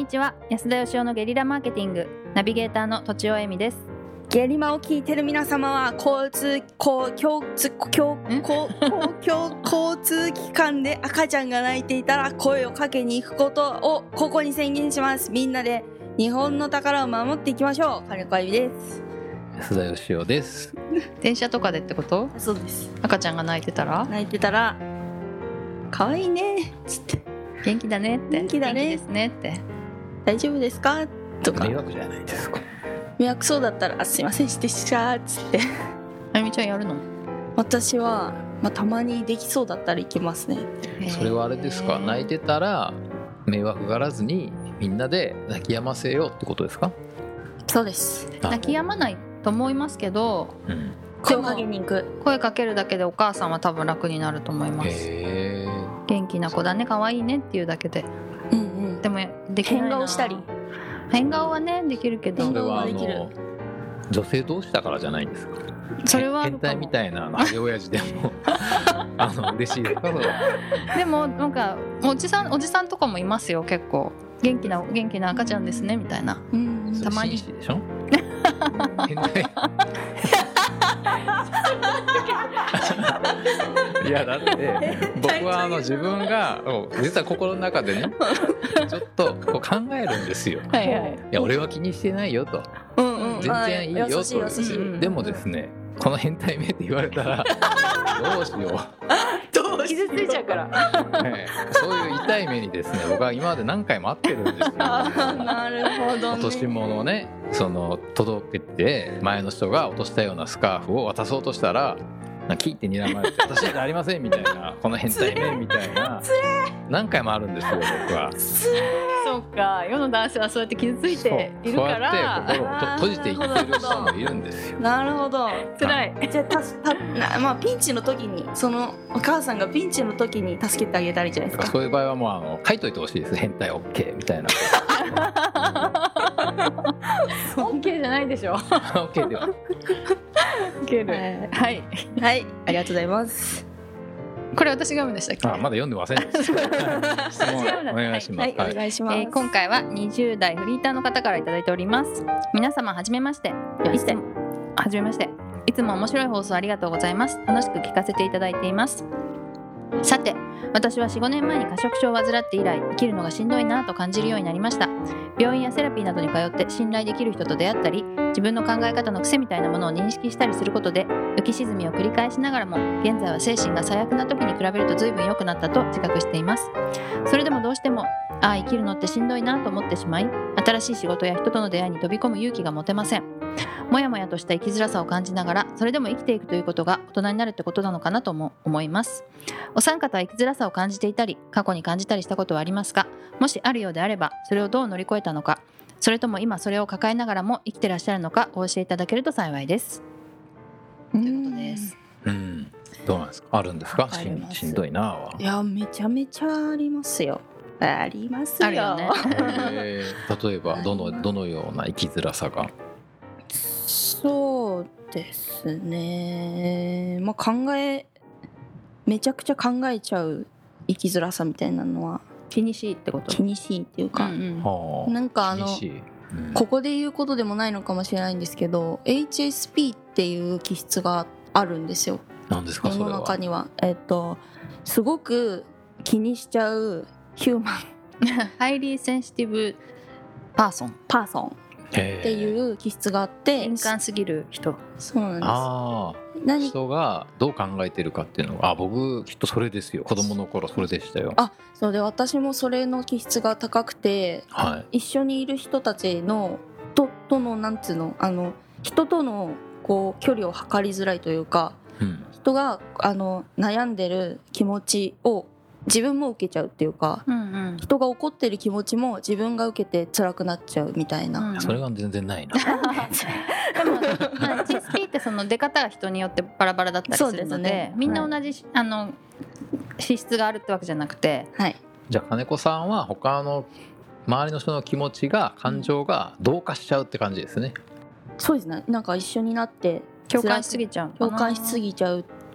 ちは。安田義生のゲリラマーケティングナビゲーターのとちおえみです。 ゲリマを聞いてる皆様は交通機関で赤ちゃんが泣いていたら声をかけに行くことをここに宣言します。みんなで日本の宝を守っていきましょう。金子あゆみです。 安田義生です。 電車とかでってこと？ そうです。 赤ちゃんが泣いてたら可愛いねつって元気だねって、 元気だね元気ですねって、 大丈夫ですかとか、 迷惑じゃないですか。 迷惑そうだったらすいませんでしたつってあゆみちゃんやるの？ 私は、たまにできそうだったら行きますね。 それはあれですか、泣いてたら迷惑がらずにみんなで泣き止ませようってことですか？ そうです。 泣き止まないと思いますけど、 声をかけに行く。 声かけるだけでお母さんは多分楽になると思います。元気な子だね、可愛いねっていうだけで、でもできないな。 変顔したり、 変顔はねできるけど、 それは女性同士だからじゃないんですか？ それは変態みたいなハゲ親父でも嬉しいですか？ でもなんかおじさんとかもいますよ。結構元気な赤ちゃんですねみたいな、たまに。 紳士でしょ？変態いやだって僕は自分が実は心の中でねちょっとこう考えるんですよ。 はいはい、 いや俺は気にしてないよと、全然いいよと、でもですねこの変態名って言われたらどうしよう傷ついちゃうから、 そういう痛い目にですね僕は今まで何回も会ってるんですよ。 なるほどね。 落とし物をね届けて前の人が落としたようなスカーフを渡そうとしたらキーって睨まれて私じゃありませんみたいなこの変態めみたいな何回もあるんですよ僕は。 そうか、世の男性はそうやって傷ついているからそうやって心を閉じていってる人もいるんですよ。 なるほど。 辛い。 じゃあピンチの時にお母さんがピンチの時に助けてあげたらいいじゃないですか。 そういう場合はもう書いといてほしいです。変態 OK みたいな。 OK じゃないでしょ。 OK では。 受ける。はい、 ありがとうございます。 これ私が読むんでしたっけ？ まだ読んでませんでした。質問お願いします。 お願いします。 今回は20代フリーターの方からいただいております。皆様はじめまして。いつも面白い放送ありがとうございます。楽しく聞かせていただいています。さて、私は 4,5 年前に過食症を患って以来、生きるのがしんどいなと感じるようになりました。病院やセラピーなどに通って信頼できる人と出会ったり、自分の考え方の癖みたいなものを認識したりすることで浮き沈みを繰り返しながらも、現在は精神が最悪な時に比べると随分良くなったと自覚しています。それでもどうしても生きるのってしんどいなと思ってしまい、新しい仕事や人との出会いに飛び込む勇気が持てません。もやもやとした生きづらさを感じながら、それでも生きていくということが大人になるってことなのかなとも思います。お三方は生きづらさを感じていたり、過去に感じたりしたことはありますか？もしあるようであれば、それをどう乗り越えたのか、それとも今それを抱えながらも生きてらっしゃるのかお教えいただけると幸いです。ということです。 どうなんですか？あるんですか？しんどいなは。 いや、めちゃめちゃありますよ。ありますよ。 あるよね。 例えばどのような生きづらさが？ そうですね。めちゃくちゃ考えちゃう生きづらさみたいなのは気にしいってこと？ 気にしいっていうか、なんかここで言うことでもないのかもしれないんですけど、HSP っていう気質があるんですよ。 何ですかそれは？ 世の中にはすごく気にしちゃうヒューマンハイリーセンシティブパーソンっていう気質があって、 敏感すぎる人。 そうなんです。 人がどう考えてるかっていうのは、僕きっとそれですよ。子供の頃それでしたよ。 そうで、私もそれの気質が高くて、一緒にいる人たちのとのなんつうの、人とのこう距離を測りづらいというか、人が悩んでる気持ちを自分も受けちゃうっていうか、人が怒ってる気持ちも自分が受けて辛くなっちゃうみたいな、 それが全然ないな。 でも HSP ってその出方が人によってバラバラだったりするの で、みんな同じ、資質があるってわけじゃなくて、 じゃあ金子さんは他の周りの人の気持ちが感情が同化しちゃうって感じですね。 そうですね。なんか一緒になって共感しすぎちゃう共感しすぎちゃう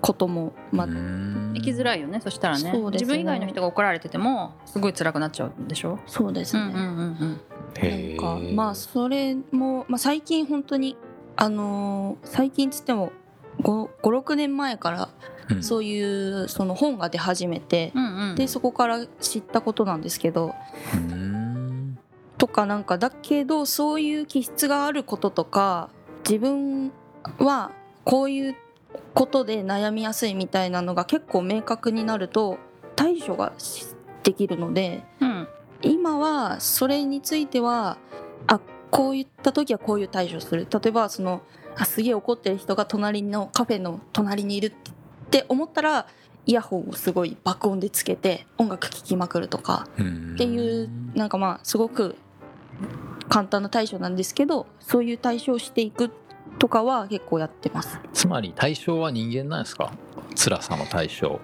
ことも、 生きづらいよね。そしたら ね、自分以外の人が怒られててもすごい辛くなっちゃうんでしょ。 そうですね、なんかそれも、最近本当に最近つっても5、6年前からそういうその本が出始めて、でそこから知ったことなんですけど、とかなんかだけどそういう気質があることとか自分はこういうことで悩みやすいみたいなのが結構明確になると対処ができるので、今はそれについてはこういった時はこういう対処する。例えばすげえ怒ってる人が隣のカフェの隣にいるって思ったらイヤホンをすごい爆音でつけて音楽聴きまくるとかっていう、なんかすごく簡単な対処なんですけど、そういう対処をしていくとかは結構やってます。 つまり対象は人間なんですか？辛さの対象。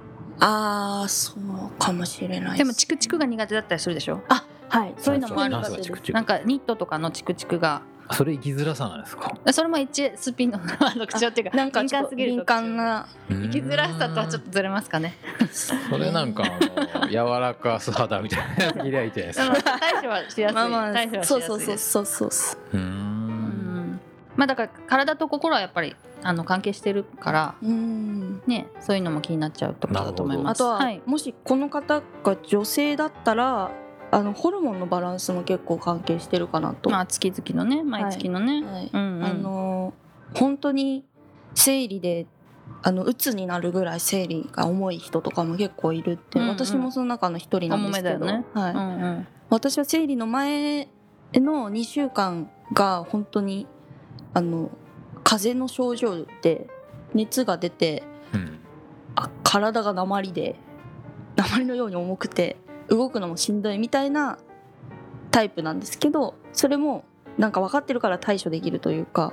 そうかもしれない。 でもチクチクが苦手だったりするでしょ。 はい、 そういうのもある。なんかニットとかのチクチクが、 それ生きづらさなんですか？それもスピンの特徴っていうか、 なんか敏感な生きづらさとはちょっとずれますかね。 それなんか柔らか素肌みたいなやつ着りゃいいじゃないですか。 対処はしやすい。対処はしやすいです。 そうだから体と心はやっぱり関係してるからね、そういうのも気になっちゃうところだと思います。 あとは、もしこの方が女性だったらホルモンのバランスも結構関係してるかなと。 月々のね、毎月のね、 本当に生理で鬱になるぐらい生理が重い人とかも結構いるって、私もその中の一人なんですけど、私は生理の前の2週間が本当に風邪の症状で熱が出て、体が鉛のように重くて動くのもしんどいみたいなタイプなんですけど、それもなんか分かってるから対処できるというか、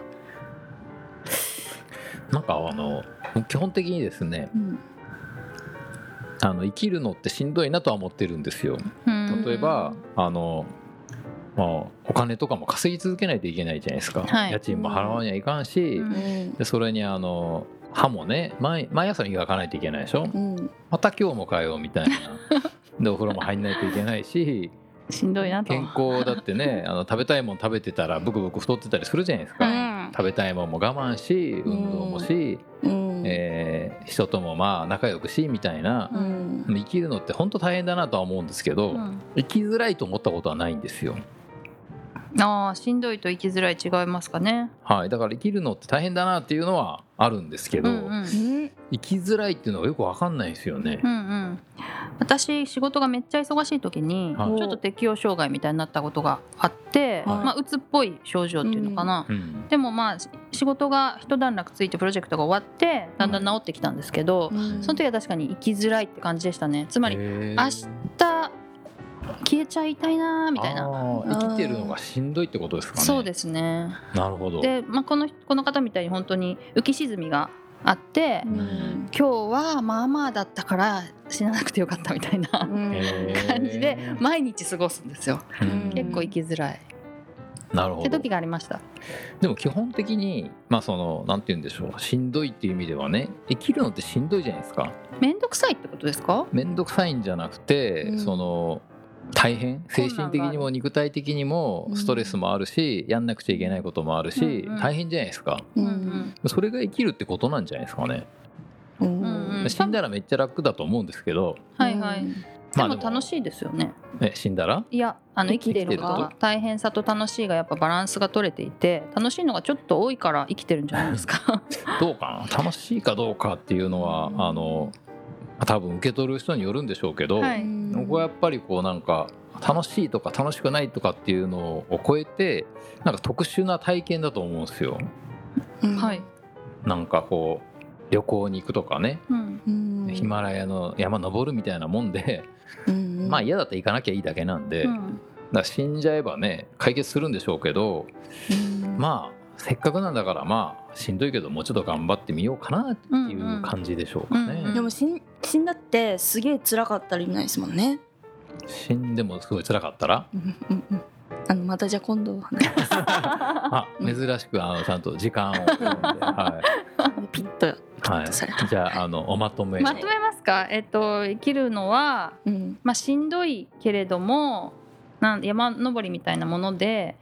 なんか基本的にですね、生きるのってしんどいなとは思ってるんですよ。例えばお金とかも稼ぎ続けないといけないじゃないですか、家賃も払わにはいかんし、でそれに歯もね毎朝磨かないといけないでしょ、また今日もかよみたいなでお風呂も入んないといけないししんどいなと。 健康だってね食べたいもん食べてたらブクブク太ってたりするじゃないですか、食べたいもんも我慢し運動もし、人とも仲良くしみたいな、生きるのって本当大変だなとは思うんですけど、生きづらいと思ったことはないんですよ。 しんどいと生きづらい違いますかね。 はい、だから生きるのって大変だなっていうのはあるんですけど、生きづらいっていうのがよく分かんないですよね。 私仕事がめっちゃ忙しい時に、ちょっと適応障害みたいになったことがあって、うつっぽい症状っていうのかな、でも仕事が一段落ついてプロジェクトが終わってだんだん治ってきたんですけど、その時は確かに生きづらいって感じでしたね。つまり明日消えちゃいたいなみたいな。 生きてるのがしんどいってことですかね。 そうですね。 なるほど。 で、この方みたいに本当に浮き沈みがあって、今日はまあだったから死ななくてよかったみたいな感じで毎日過ごすんですよ。結構生きづらい。 なるほど。 って時がありました。 でも基本的になんて言うんでしょう、しんどいっていう意味ではね、生きるのってしんどいじゃないですか。 めんどくさいってことですか？ めんどくさいんじゃなくて、大変、精神的にも肉体的にもストレスもあるし、やんなくちゃいけないこともあるし、大変じゃないですか、それが生きるってことなんじゃないですかね。死んだらめっちゃ楽だと思うんですけど、でも楽しいですよね。 死んだらいや生きてることが大変さと楽しいがやっぱバランスが取れていて、楽しいのがちょっと多いから生きてるんじゃないですか。 どうかな、楽しいかどうかっていうのは多分受け取る人によるんでしょうけど、僕はやっぱりなんか楽しいとか楽しくないとかっていうのを超えてなんか特殊な体験だと思うんですよ。なんか旅行に行くとかね、ヒマラヤの山登るみたいなもんで、嫌だったら行かなきゃいいだけなんで、だから死んじゃえばね解決するんでしょうけど、せっかくなんだからしんどいけどもうちょっと頑張ってみようかなっていう感じでしょうかね。 でも死んだってすげえ辛かったら意味ないですもんね。 死んでもすごい辛かったらまたじゃあ今度話しますあ、珍しくちゃんと時間をはい、ピッとされた、 はい、じゃあおまとめますか。生きるのは、しんどいけれども山登りみたいなもので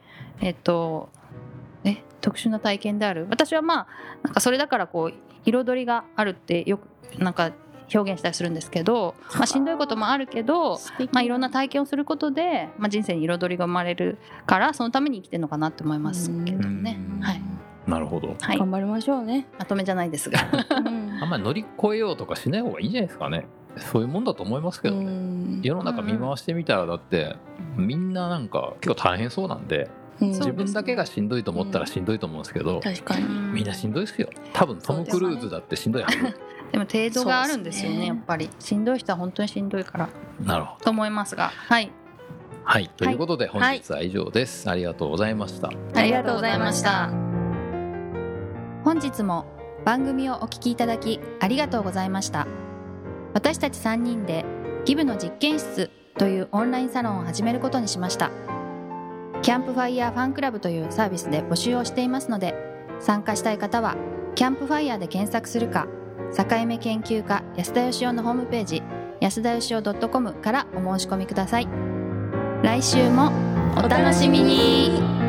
特殊な体験である。私はなんかそれだからこう彩りがあるってよくなんか表現したりするんですけど、しんどいこともあるけど、いろんな体験をすることで、人生に彩りが生まれるからそのために生きてるのかなって思いますけどね。はい、 なるほど、 はい、頑張りましょうね。 まとめじゃないですがあんまり乗り越えようとかしない方がいいんじゃないですかね。そういうもんだと思いますけどね。世の中見回してみたらだってみんななんか結構大変そうなんで、自分だけがしんどいと思ったらしんどいと思うんですけど、 確かにみんなしんどいですよ。多分トム・クルーズだってしんどいはずでも程度があるんですよね。やっぱりしんどい人は本当にしんどいからなるほどと思いますが、はいはい、ということで本日は以上です、ありがとうございました。 ありがとうございました。本日も番組をお聞きいただきありがとうございました。私たち3人でギブの実験室というオンラインサロンを始めることにしました。キャンプファイヤーファンクラブというサービスで募集をしていますので、参加したい方はキャンプファイヤーで検索するか、境目研究家安田義雄のホームページ安田義雄 .com からお申し込みください。来週もお楽しみに。